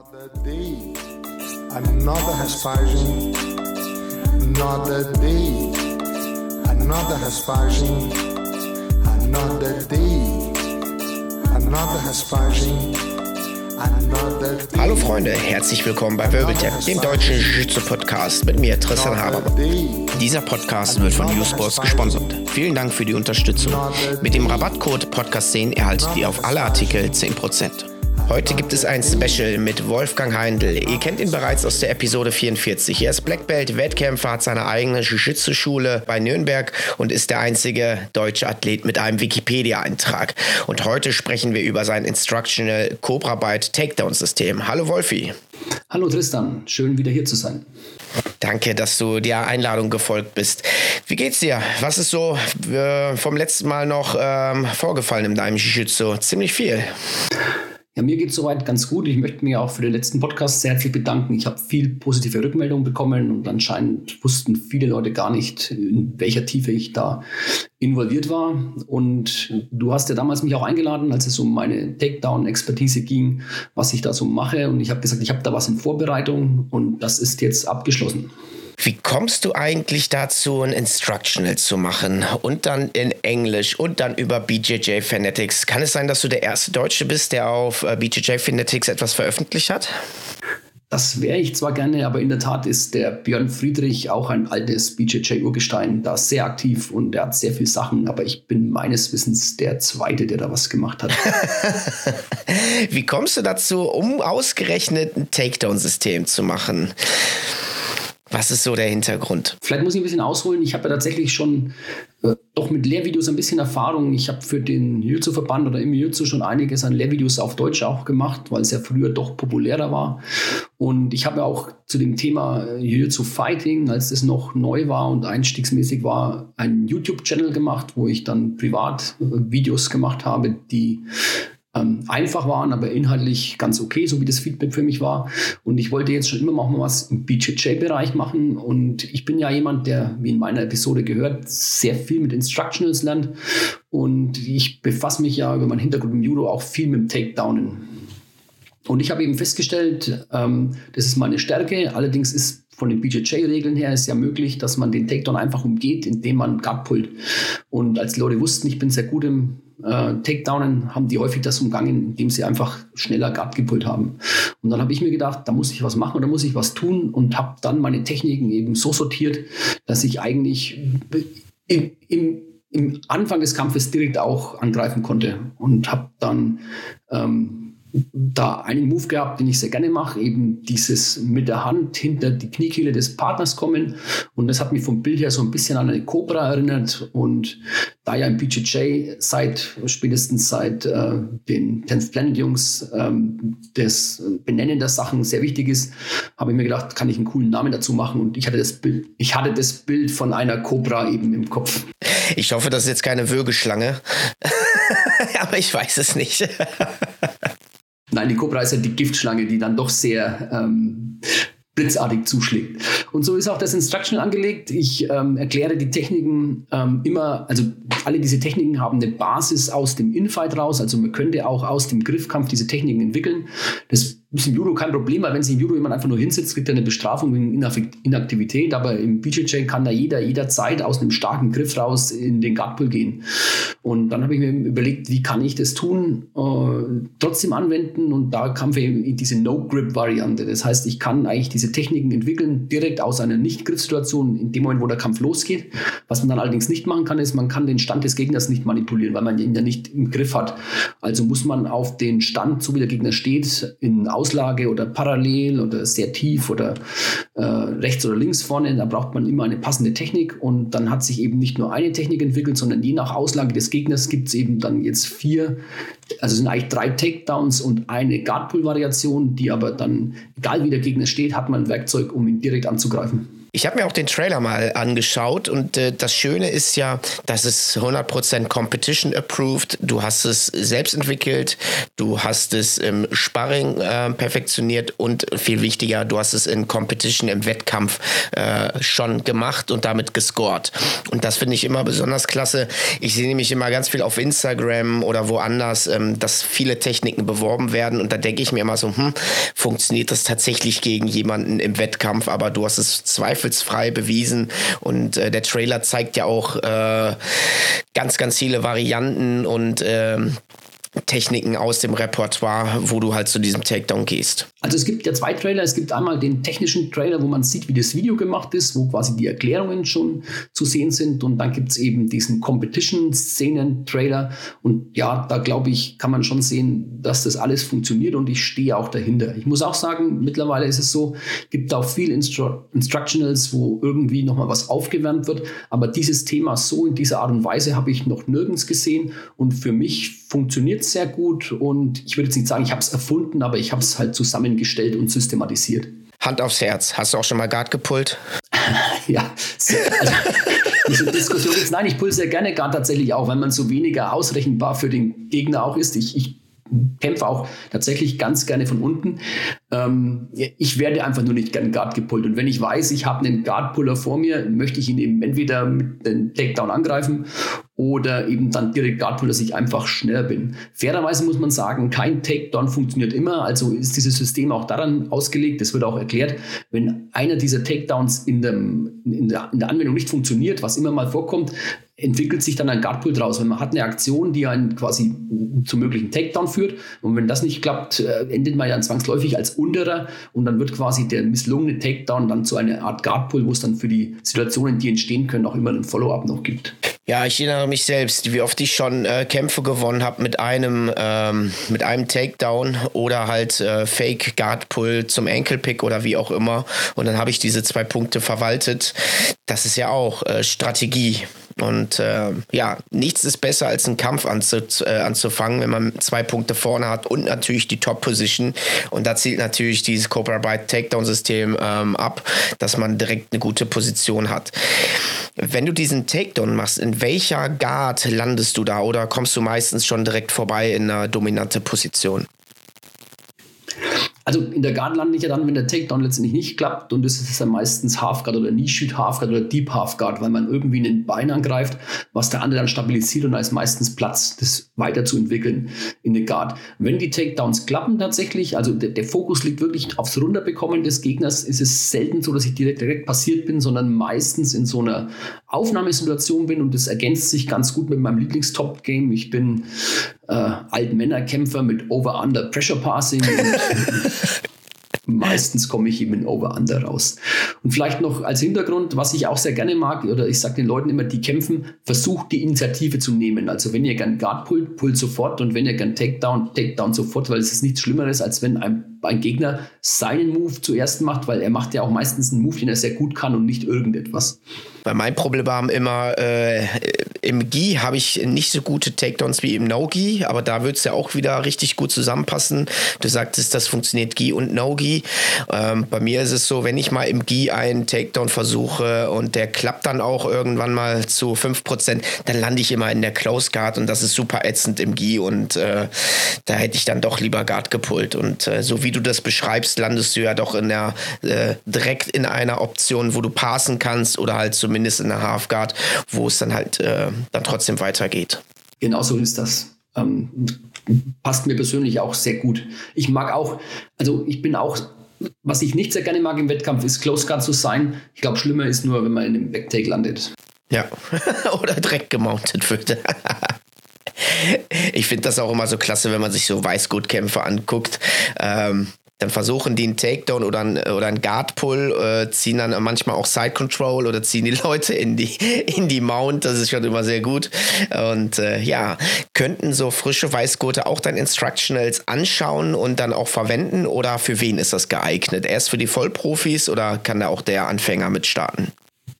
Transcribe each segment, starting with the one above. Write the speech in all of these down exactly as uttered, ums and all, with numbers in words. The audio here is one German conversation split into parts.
Another day, another Hespersion, another day, another Hespersion, another day, another Hespersion, another day. Hallo Freunde, herzlich willkommen bei Wirbeltap, dem deutschen Jiu-Jitsu-Podcast mit mir, Tristan Habermann. Dieser Podcast wird von U-Sports gesponsert. Vielen Dank für die Unterstützung. Mit dem Rabattcode Podcast zehn erhaltet ihr auf alle Artikel zehn Prozent. Heute gibt es ein Special mit Wolfgang Heindl. Ihr kennt ihn bereits aus der Episode vierundvierzig. Er ist Black Belt, Wettkämpfer, hat seine eigene Jiu-Jitsu-Schule bei Nürnberg und ist der einzige deutsche Athlet mit einem Wikipedia-Eintrag. Und heute sprechen wir über sein Instructional Cobra Bite Takedown-System. Hallo Wolfi. Hallo Tristan, schön wieder hier zu sein. Danke, dass du der Einladung gefolgt bist. Wie geht's dir? Was ist so äh, vom letzten Mal noch ähm, vorgefallen in deinem Jiu-Jitsu? Ziemlich viel. Ja, mir geht es soweit ganz gut. Ich möchte mich auch für den letzten Podcast sehr herzlich bedanken. Ich habe viel positive Rückmeldungen bekommen und anscheinend wussten viele Leute gar nicht, in welcher Tiefe ich da involviert war. Und du hast ja damals mich auch eingeladen, als es um meine Takedown-Expertise ging, was ich da so mache. Und ich habe gesagt, ich habe da was in Vorbereitung und das ist jetzt abgeschlossen. Wie kommst du eigentlich dazu, ein Instructional zu machen und dann in Englisch und dann über B J J Fanatics? Kann es sein, dass du der erste Deutsche bist, der auf B J J Fanatics etwas veröffentlicht hat? Das wäre ich zwar gerne, aber in der Tat ist der Björn Friedrich auch ein altes B J J-Urgestein, da sehr aktiv und er hat sehr viele Sachen, aber ich bin meines Wissens der Zweite, der da was gemacht hat. Wie kommst du dazu, um ausgerechnet ein Takedown-System zu machen? Was ist so der Hintergrund? Vielleicht muss ich ein bisschen ausholen. Ich habe ja tatsächlich schon äh, doch mit Lehrvideos ein bisschen Erfahrung. Ich habe für den Jiu-Jitsu-Verband oder im Jiu-Jitsu schon einiges an Lehrvideos auf Deutsch auch gemacht, weil es ja früher doch populärer war. Und ich habe ja auch zu dem Thema Jiu-Jitsu-Fighting, als das noch neu war und einstiegsmäßig war, einen YouTube-Channel gemacht, wo ich dann privat äh, Videos gemacht habe, die einfach waren, aber inhaltlich ganz okay, so wie das Feedback für mich war. Und ich wollte jetzt schon immer mal was im B J J-Bereich machen. Und ich bin ja jemand, der, wie in meiner Episode gehört, sehr viel mit Instructionals lernt. Und ich befasse mich ja über meinen Hintergrund im Judo auch viel mit dem Takedownen. Und ich habe eben festgestellt, ähm, das ist meine Stärke. Allerdings ist von den B J J-Regeln her ist ja möglich, dass man den Takedown einfach umgeht, indem man Guard pullt. Und als die Leute wussten, ich bin sehr gut im äh, Takedownen, haben die häufig das umgangen, indem sie einfach schneller Guard gepullt haben. Und dann habe ich mir gedacht, da muss ich was machen oder muss ich was tun und habe dann meine Techniken eben so sortiert, dass ich eigentlich im, im, im Anfang des Kampfes direkt auch angreifen konnte und habe dann ähm, da einen Move gehabt, den ich sehr gerne mache, eben dieses mit der Hand hinter die Kniekehle des Partners kommen. Und das hat mich vom Bild her so ein bisschen an eine Cobra erinnert. Und da ja im B J J seit, spätestens seit äh, den tenth Planet Jungs ähm, das Benennen der Sachen sehr wichtig ist, habe ich mir gedacht, kann ich einen coolen Namen dazu machen. Und ich hatte das Bild, ich hatte das Bild von einer Cobra eben im Kopf. Ich hoffe, das ist jetzt keine Würgeschlange. Aber ich weiß es nicht. Nein, die Cobra ist ja die Giftschlange, die dann doch sehr ähm, blitzartig zuschlägt. Und so ist auch das Instructional angelegt. Ich ähm, erkläre die Techniken ähm, immer, also alle diese Techniken haben eine Basis aus dem Infight raus. Also man könnte auch aus dem Griffkampf diese Techniken entwickeln. Das ist im Judo kein Problem, weil wenn sich im Judo jemand einfach nur hinsetzt, kriegt er eine Bestrafung wegen Inaktivität. Aber im B J J kann da jeder jederzeit aus einem starken Griff raus in den Guardpull gehen. Und dann habe ich mir überlegt, wie kann ich das tun, äh, trotzdem anwenden. Und da kam wir in diese No-Grip-Variante. Das heißt, ich kann eigentlich diese Techniken entwickeln, direkt aus einer Nicht-Griff-Situation, in dem Moment, wo der Kampf losgeht. Was man dann allerdings nicht machen kann, ist, man kann den Stand des Gegners nicht manipulieren, weil man ihn ja nicht im Griff hat. Also muss man auf den Stand, so wie der Gegner steht, in Auslage oder parallel oder sehr tief oder äh, rechts oder links vorne, da braucht man immer eine passende Technik und dann hat sich eben nicht nur eine Technik entwickelt, sondern je nach Auslage des Gegners gibt es eben dann jetzt vier, also sind eigentlich drei Takedowns und eine Guardpull-Variation, die aber dann, egal wie der Gegner steht, hat man ein Werkzeug, um ihn direkt anzugreifen. Ich habe mir auch den Trailer mal angeschaut und äh, das Schöne ist ja, dass es hundert Prozent Competition approved. Du hast es selbst entwickelt, du hast es im Sparring äh, perfektioniert und viel wichtiger, du hast es in Competition, im Wettkampf äh, schon gemacht und damit gescored. Und das finde ich immer besonders klasse. Ich sehe nämlich immer ganz viel auf Instagram oder woanders, ähm, dass viele Techniken beworben werden und da denke ich mir immer so, hm, funktioniert das tatsächlich gegen jemanden im Wettkampf? Aber du hast es zweifelsfrei bewiesen und äh, der Trailer zeigt ja auch äh, ganz, ganz viele Varianten und äh, Techniken aus dem Repertoire, wo du halt zu diesem Takedown gehst. Also es gibt ja zwei Trailer. Es gibt einmal den technischen Trailer, wo man sieht, wie das Video gemacht ist, wo quasi die Erklärungen schon zu sehen sind. Und dann gibt es eben diesen Competition-Szenen-Trailer. Und ja, da glaube ich, kann man schon sehen, dass das alles funktioniert und ich stehe auch dahinter. Ich muss auch sagen, mittlerweile ist es so, gibt auch viel Instru- Instructionals, wo irgendwie nochmal was aufgewärmt wird. Aber dieses Thema so in dieser Art und Weise habe ich noch nirgends gesehen. Und für mich funktioniert es sehr gut. Und ich würde jetzt nicht sagen, ich habe es erfunden, aber ich habe es halt zusammengestellt und systematisiert. Hand aufs Herz. Hast du auch schon mal Guard gepullt? Ja, also, diese Diskussion jetzt, nein, ich pulle sehr gerne Guard tatsächlich auch, weil man so weniger ausrechenbar für den Gegner auch ist. Ich, ich kämpfe auch tatsächlich ganz gerne von unten. Ähm, ich werde einfach nur nicht gern Guard gepullt. Und wenn ich weiß, ich habe einen Guard-Puller vor mir, möchte ich ihn eben entweder mit einem Takedown angreifen oder eben dann direkt Guard-Pull, dass ich einfach schneller bin. Fairerweise muss man sagen, kein Takedown funktioniert immer. Also ist dieses System auch daran ausgelegt, das wird auch erklärt, wenn einer dieser Takedowns in, dem, in, der, in der Anwendung nicht funktioniert, was immer mal vorkommt, entwickelt sich dann ein Guard-Pull draus. Wenn man hat eine Aktion, die einen quasi zum möglichen Takedown führt und wenn das nicht klappt, endet man dann zwangsläufig als Unterer und dann wird quasi der misslungene Takedown dann zu einer Art Guard-Pull, wo es dann für die Situationen, die entstehen können, auch immer ein Follow-up noch gibt. Ja, ich erinnere mich selbst, wie oft ich schon äh, Kämpfe gewonnen habe mit einem ähm, mit einem Takedown oder halt äh, Fake Guard Pull zum Ankle Pick oder wie auch immer. Und dann habe ich diese zwei Punkte verwaltet. Das ist ja auch äh, Strategie. Und äh, ja, nichts ist besser als einen Kampf anzu- äh, anzufangen, wenn man zwei Punkte vorne hat und natürlich die Top-Position. Und da zielt natürlich dieses Cobra Bite Takedown-System ähm, ab, dass man direkt eine gute Position hat. Wenn du diesen Takedown machst, in welcher Guard landest du da oder kommst du meistens schon direkt vorbei in einer dominanten Position? Also in der Guard lande ich ja dann, wenn der Takedown letztendlich nicht klappt und das ist dann meistens Half-Guard oder Knee-Shoot Half-Guard oder Deep Half-Guard, weil man irgendwie in den Bein angreift, was der andere dann stabilisiert und da ist meistens Platz, das weiterzuentwickeln in der Guard. Wenn die Takedowns klappen tatsächlich, also der, der Fokus liegt wirklich aufs Runterbekommen des Gegners, ist es selten so, dass ich direkt, direkt passiert bin, sondern meistens in so einer Aufnahmesituation bin und das ergänzt sich ganz gut mit meinem Lieblings-Top-Game. Ich bin äh, Altmännerkämpfer mit Over-Under-Pressure-Passing und meistens komme ich eben in Over-Under raus. Und vielleicht noch als Hintergrund, was ich auch sehr gerne mag, oder ich sage den Leuten immer, die kämpfen, versucht die Initiative zu nehmen. Also wenn ihr gern Guard pullt, pullt sofort und wenn ihr gern Takedown, Takedown sofort, weil es ist nichts Schlimmeres, als wenn ein, ein Gegner seinen Move zuerst macht, weil er macht ja auch meistens einen Move, den er sehr gut kann und nicht irgendetwas. Bei mein Problem war immer, äh, im Gi habe ich nicht so gute Takedowns wie im No-Gi, aber da wird es ja auch wieder richtig gut zusammenpassen. Du sagtest, das funktioniert Gi und No-Gi. Ähm, bei mir ist es so, wenn ich mal im Gi einen Takedown versuche und der klappt dann auch irgendwann mal zu fünf Prozent, dann lande ich immer in der Close Guard und das ist super ätzend im Gi und äh, da hätte ich dann doch lieber Guard gepullt. Und äh, so wie du das beschreibst, landest du ja doch in der, äh, direkt in einer Option, wo du passen kannst oder halt zumindest in der Half Guard, wo es dann halt äh, dann trotzdem weitergeht. Genau so ist das. Ähm, passt mir persönlich auch sehr gut. Ich mag auch, also ich bin auch, was ich nicht sehr gerne mag im Wettkampf, ist Close Guard zu sein. Ich glaube, schlimmer ist nur, wenn man in einem Backtake landet. Ja, oder direkt gemountet wird. Ich finde das auch immer so klasse, wenn man sich so Weißgurtkämpfe anguckt. Ähm, Dann versuchen die einen Takedown oder einen, oder einen Guard-Pull, äh, ziehen dann manchmal auch Side-Control oder ziehen die Leute in die, in die Mount. Das ist schon immer sehr gut. Und äh, ja, könnten so frische Weißgurte auch dann Instructionals anschauen und dann auch verwenden? Oder für wen ist das geeignet? Erst für die Vollprofis oder kann da auch der Anfänger mitstarten?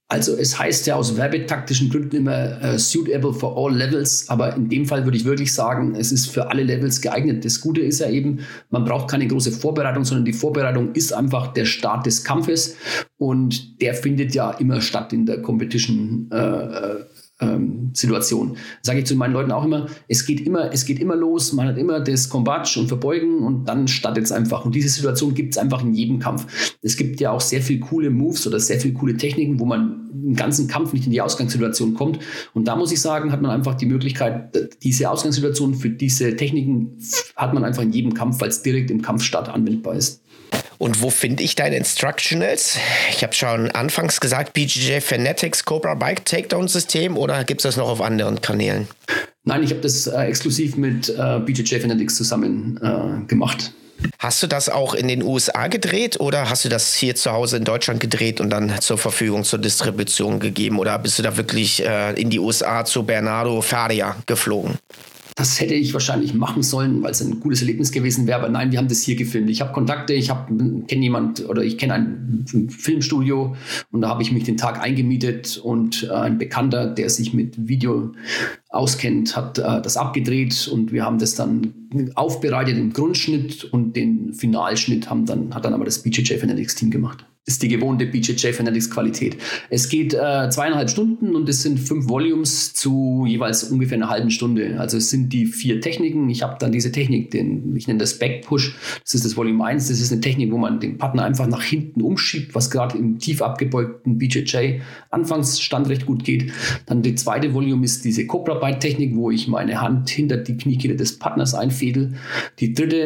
Also es heißt ja aus werbetaktischen Gründen immer uh, suitable for all levels, aber in dem Fall würde ich wirklich sagen, es ist für alle Levels geeignet. Das Gute ist ja eben, man braucht keine große Vorbereitung, sondern die Vorbereitung ist einfach der Start des Kampfes und der findet ja immer statt in der Competition äh, Ähm, Situation. Sage ich zu meinen Leuten auch immer, es geht immer, es geht immer los, man hat immer das Kombatsch und Verbeugen und dann startet es einfach. Und diese Situation gibt es einfach in jedem Kampf. Es gibt ja auch sehr viele coole Moves oder sehr viele coole Techniken, wo man im ganzen Kampf nicht in die Ausgangssituation kommt. Und da muss ich sagen, hat man einfach die Möglichkeit, diese Ausgangssituation für diese Techniken hat man einfach in jedem Kampf, weil es direkt im Kampfstart anwendbar ist. Und wo finde ich deine Instructionals? Ich habe schon anfangs gesagt, B J J Fanatics Cobra Bike Takedown System oder gibt es das noch auf anderen Kanälen? Nein, ich habe das äh, exklusiv mit äh, B J J Fanatics zusammen äh, gemacht. Hast du das auch in den U S A gedreht oder hast du das hier zu Hause in Deutschland gedreht und dann zur Verfügung zur Distribution gegeben? Oder bist du da wirklich äh, in die U S A zu Bernardo Faria geflogen? Das hätte ich wahrscheinlich machen sollen, weil es ein gutes Erlebnis gewesen wäre. Aber nein, wir haben das hier gefilmt. Ich habe Kontakte, ich kenne jemand oder ich kenne ein Filmstudio und da habe ich mich den Tag eingemietet und ein Bekannter, der sich mit Video auskennt, hat äh, das abgedreht und wir haben das dann aufbereitet im Grundschnitt und den Finalschnitt haben dann, hat dann aber das B J J Fanatics Team gemacht. Ist die gewohnte B J J Fanatics Qualität. Es geht äh, zweieinhalb Stunden und es sind fünf Volumes zu jeweils ungefähr einer halben Stunde. Also es sind die vier Techniken. Ich habe dann diese Technik, den, ich nenne das Backpush. Das ist das Volume eins. Das ist eine Technik, wo man den Partner einfach nach hinten umschiebt, was gerade im tief abgebeugten B J J Anfangsstand recht gut geht. Dann die zweite Volume ist diese Cobra Bite Technik, wo ich meine Hand hinter die Kniekehle des Partners einfädel. Die dritte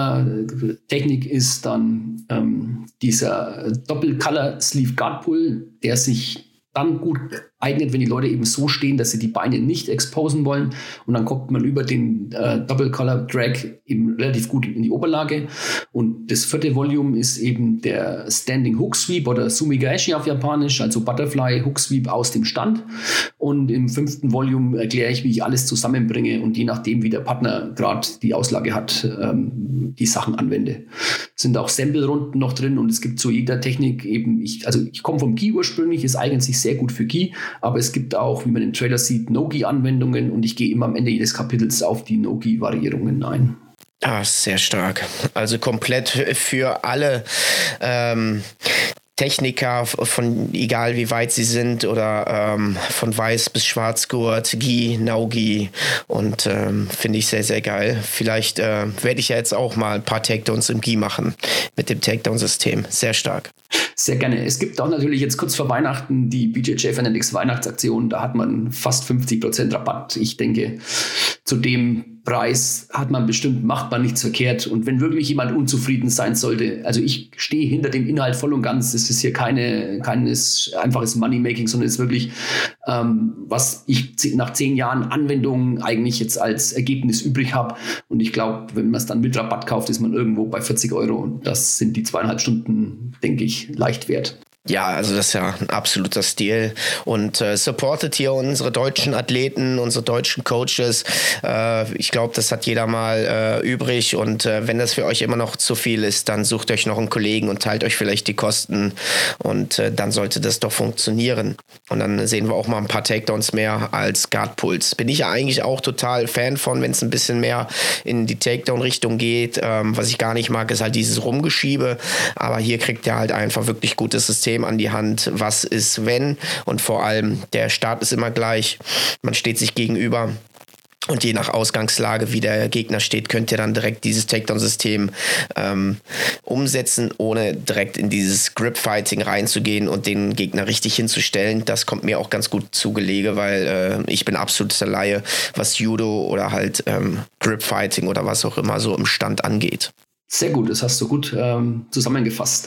äh, Technik ist dann ähm, dieser Doppel-Color Sleeve Guard Pull, der sich dann gut eignet, wenn die Leute eben so stehen, dass sie die Beine nicht exposen wollen. Und dann kommt man über den äh, Double Collar Drag eben relativ gut in die Oberlage. Und das vierte Volume ist eben der Standing Hook Sweep oder Sumigaeshi auf Japanisch, also Butterfly Hook Sweep aus dem Stand. Und im fünften Volume erkläre ich, wie ich alles zusammenbringe und je nachdem, wie der Partner gerade die Auslage hat, ähm, die Sachen anwende. Es sind auch Sample-Runden noch drin und es gibt zu jeder Technik eben, ich, also ich komme vom Gi ursprünglich, es eignet sich sehr gut für Gi, aber es gibt auch, wie man im Trailer sieht, No-Gi-Anwendungen und ich gehe immer am Ende jedes Kapitels auf die No-Gi-Variierungen ein. Ah, sehr stark. Also komplett für alle ähm, Techniker, von egal wie weit sie sind oder ähm, von Weiß bis Schwarzgurt, Gi, No-Gi und ähm, finde ich sehr, sehr geil. Vielleicht äh, werde ich ja jetzt auch mal ein paar Takedowns im Gi machen mit dem Takedown-System. Sehr stark. Sehr gerne. Es gibt auch natürlich jetzt kurz vor Weihnachten die B J J Fanatics Weihnachtsaktion. Da hat man fast fünfzig Prozent Rabatt. Ich denke, zu dem Preis hat man bestimmt, macht man nichts verkehrt. Und wenn wirklich jemand unzufrieden sein sollte, also ich stehe hinter dem Inhalt voll und ganz. Es ist hier keine, keines einfaches Moneymaking, sondern es ist wirklich, ähm, was ich nach zehn Jahren Anwendung eigentlich jetzt als Ergebnis übrig habe. Und ich glaube, wenn man es dann mit Rabatt kauft, ist man irgendwo bei vierzig Euro. Und das sind die zweieinhalb Stunden, denke ich, leicht wert. Ja, also das ist ja ein absoluter Stil und äh, supportet hier unsere deutschen Athleten, unsere deutschen Coaches. Äh, ich glaube, das hat jeder mal äh, übrig und äh, wenn das für euch immer noch zu viel ist, dann sucht euch noch einen Kollegen und teilt euch vielleicht die Kosten und äh, dann sollte das doch funktionieren. Und dann sehen wir auch mal ein paar Takedowns mehr als Guard Pulls. Bin ich ja eigentlich auch total Fan von, wenn es ein bisschen mehr in die Takedown-Richtung geht. Ähm, was ich gar nicht mag, ist halt dieses Rumgeschiebe, aber hier kriegt ihr halt einfach wirklich gutes System an die Hand, was ist wenn und vor allem der Start ist immer gleich, man steht sich gegenüber und je nach Ausgangslage, wie der Gegner steht, könnt ihr dann direkt dieses Takedown-System ähm, umsetzen, ohne direkt in dieses Grip-Fighting reinzugehen und den Gegner richtig hinzustellen. Das kommt mir auch ganz gut zu Gelege, weil äh, ich bin absoluter Laie, was Judo oder halt ähm, Grip-Fighting oder was auch immer so im Stand angeht. Sehr gut, das hast du gut ähm, zusammengefasst.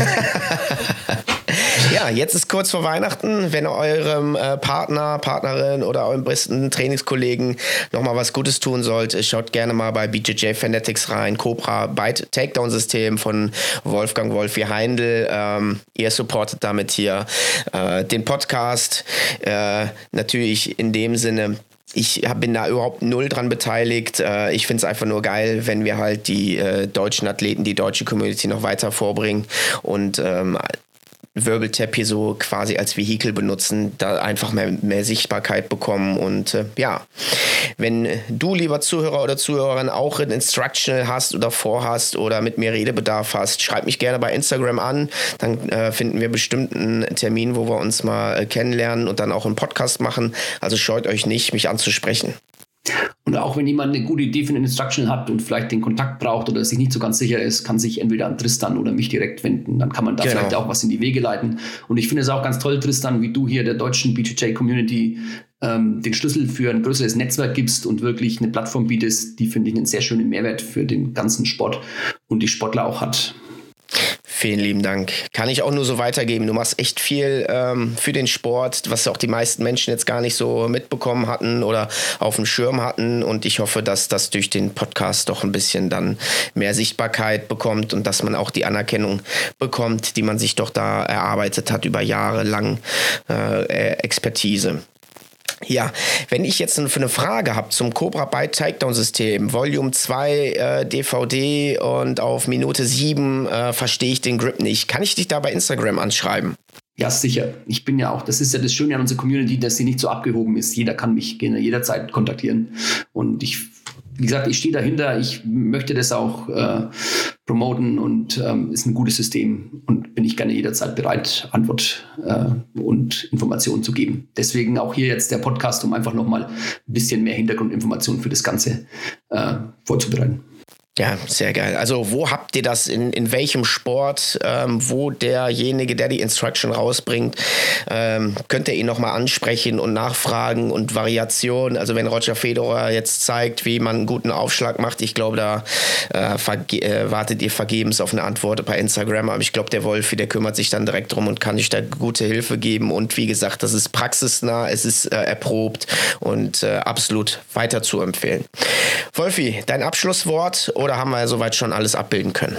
Ja, jetzt ist kurz vor Weihnachten. Wenn ihr eurem äh, Partner, Partnerin oder eurem besten Trainingskollegen nochmal was Gutes tun sollt, schaut gerne mal bei B J J Fanatics rein. Cobra Bite Takedown System von Wolfgang Wolfi Heindl. Ähm, ihr supportet damit hier äh, den Podcast. Äh, natürlich in dem Sinne, ich bin da überhaupt null dran beteiligt. Ich finde es einfach nur geil, wenn wir halt die äh, deutschen Athleten, die deutsche Community noch weiter vorbringen und ähm, Wirbeltap hier so quasi als Vehikel benutzen, da einfach mehr, mehr Sichtbarkeit bekommen. Und äh, ja, wenn du, lieber Zuhörer oder Zuhörerin, auch ein Instructional hast oder vorhast oder mit mir Redebedarf hast, schreib mich gerne bei Instagram an. Dann äh, finden wir bestimmt einen Termin, wo wir uns mal äh, kennenlernen und dann auch einen Podcast machen. Also scheut euch nicht, mich anzusprechen. Und auch wenn jemand eine gute Idee für eine Instruction hat und vielleicht den Kontakt braucht oder sich nicht so ganz sicher ist, kann sich entweder an Tristan oder mich direkt wenden. Dann kann man da genau. vielleicht auch was in die Wege leiten. Und ich finde es auch ganz toll, Tristan, wie du hier der deutschen B J J-Community ähm, den Schlüssel für ein größeres Netzwerk gibst und wirklich eine Plattform bietest, die, finde ich, einen sehr schönen Mehrwert für den ganzen Sport und die Sportler auch hat. Vielen lieben Dank. Kann ich auch nur so weitergeben. Du machst echt viel ähm, für den Sport, was auch die meisten Menschen jetzt gar nicht so mitbekommen hatten oder auf dem Schirm hatten. Und ich hoffe, dass das durch den Podcast doch ein bisschen dann mehr Sichtbarkeit bekommt und dass man auch die Anerkennung bekommt, die man sich doch da erarbeitet hat über Jahre lang äh, Expertise. Ja, wenn ich jetzt für eine Frage habe zum Cobra Bite Takedown System, Volume zwei äh, D V D und auf Minute sieben äh, verstehe ich den Grip nicht, kann ich dich da bei Instagram anschreiben? Ja, sicher. Ich bin ja auch, das ist ja das Schöne an unserer Community, dass sie nicht so abgehoben ist. Jeder kann mich jederzeit kontaktieren. Und ich, wie gesagt, ich stehe dahinter. Ich möchte das auch äh, promoten und ähm, ist ein gutes System und bin ich gerne jederzeit bereit, Antwort äh, und Informationen zu geben. Deswegen auch hier jetzt der Podcast, um einfach nochmal ein bisschen mehr Hintergrundinformationen für das Ganze äh, vorzubereiten. Ja, sehr geil. Also wo habt ihr das, in, in welchem Sport, ähm, wo derjenige, der die Instruction rausbringt, ähm, könnt ihr ihn nochmal ansprechen und nachfragen und Variationen. Also wenn Roger Federer jetzt zeigt, wie man einen guten Aufschlag macht, ich glaube, da äh, verge- äh, wartet ihr vergebens auf eine Antwort bei Instagram. Aber ich glaube, der Wolfi, der kümmert sich dann direkt drum und kann euch da gute Hilfe geben. Und wie gesagt, das ist praxisnah, es ist äh, erprobt und äh, absolut weiter zu empfehlen. Wolfi, dein Abschlusswort? Oder haben wir soweit schon alles abbilden können?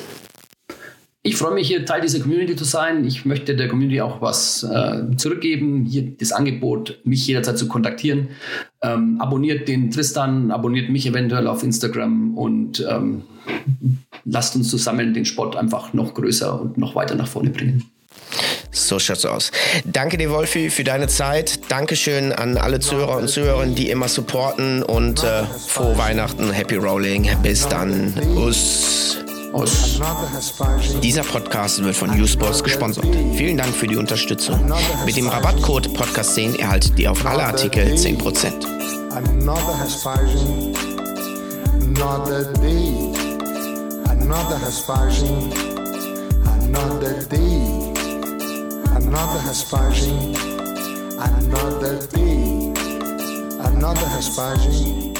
Ich freue mich, hier Teil dieser Community zu sein. Ich möchte der Community auch was äh, zurückgeben. Hier das Angebot, mich jederzeit zu kontaktieren. Ähm, abonniert den Tristan, abonniert mich eventuell auf Instagram und ähm, lasst uns zusammen den Sport einfach noch größer und noch weiter nach vorne bringen. So schaut's aus. Danke dir, Wolfi, für deine Zeit. Dankeschön an alle Zuhörer und Zuhörerinnen, die immer supporten und äh, frohe Weihnachten, Happy Rolling. Bis dann. Us. Us. Dieser Podcast wird von Newsports gesponsert. Vielen Dank für die Unterstützung. Mit dem Rabattcode Podcast zehn erhaltet ihr auf alle Artikel zehn Prozent. Another Hespersion, another day, another Hespersion, another day. Another Hespersion, another day, another Hespersion.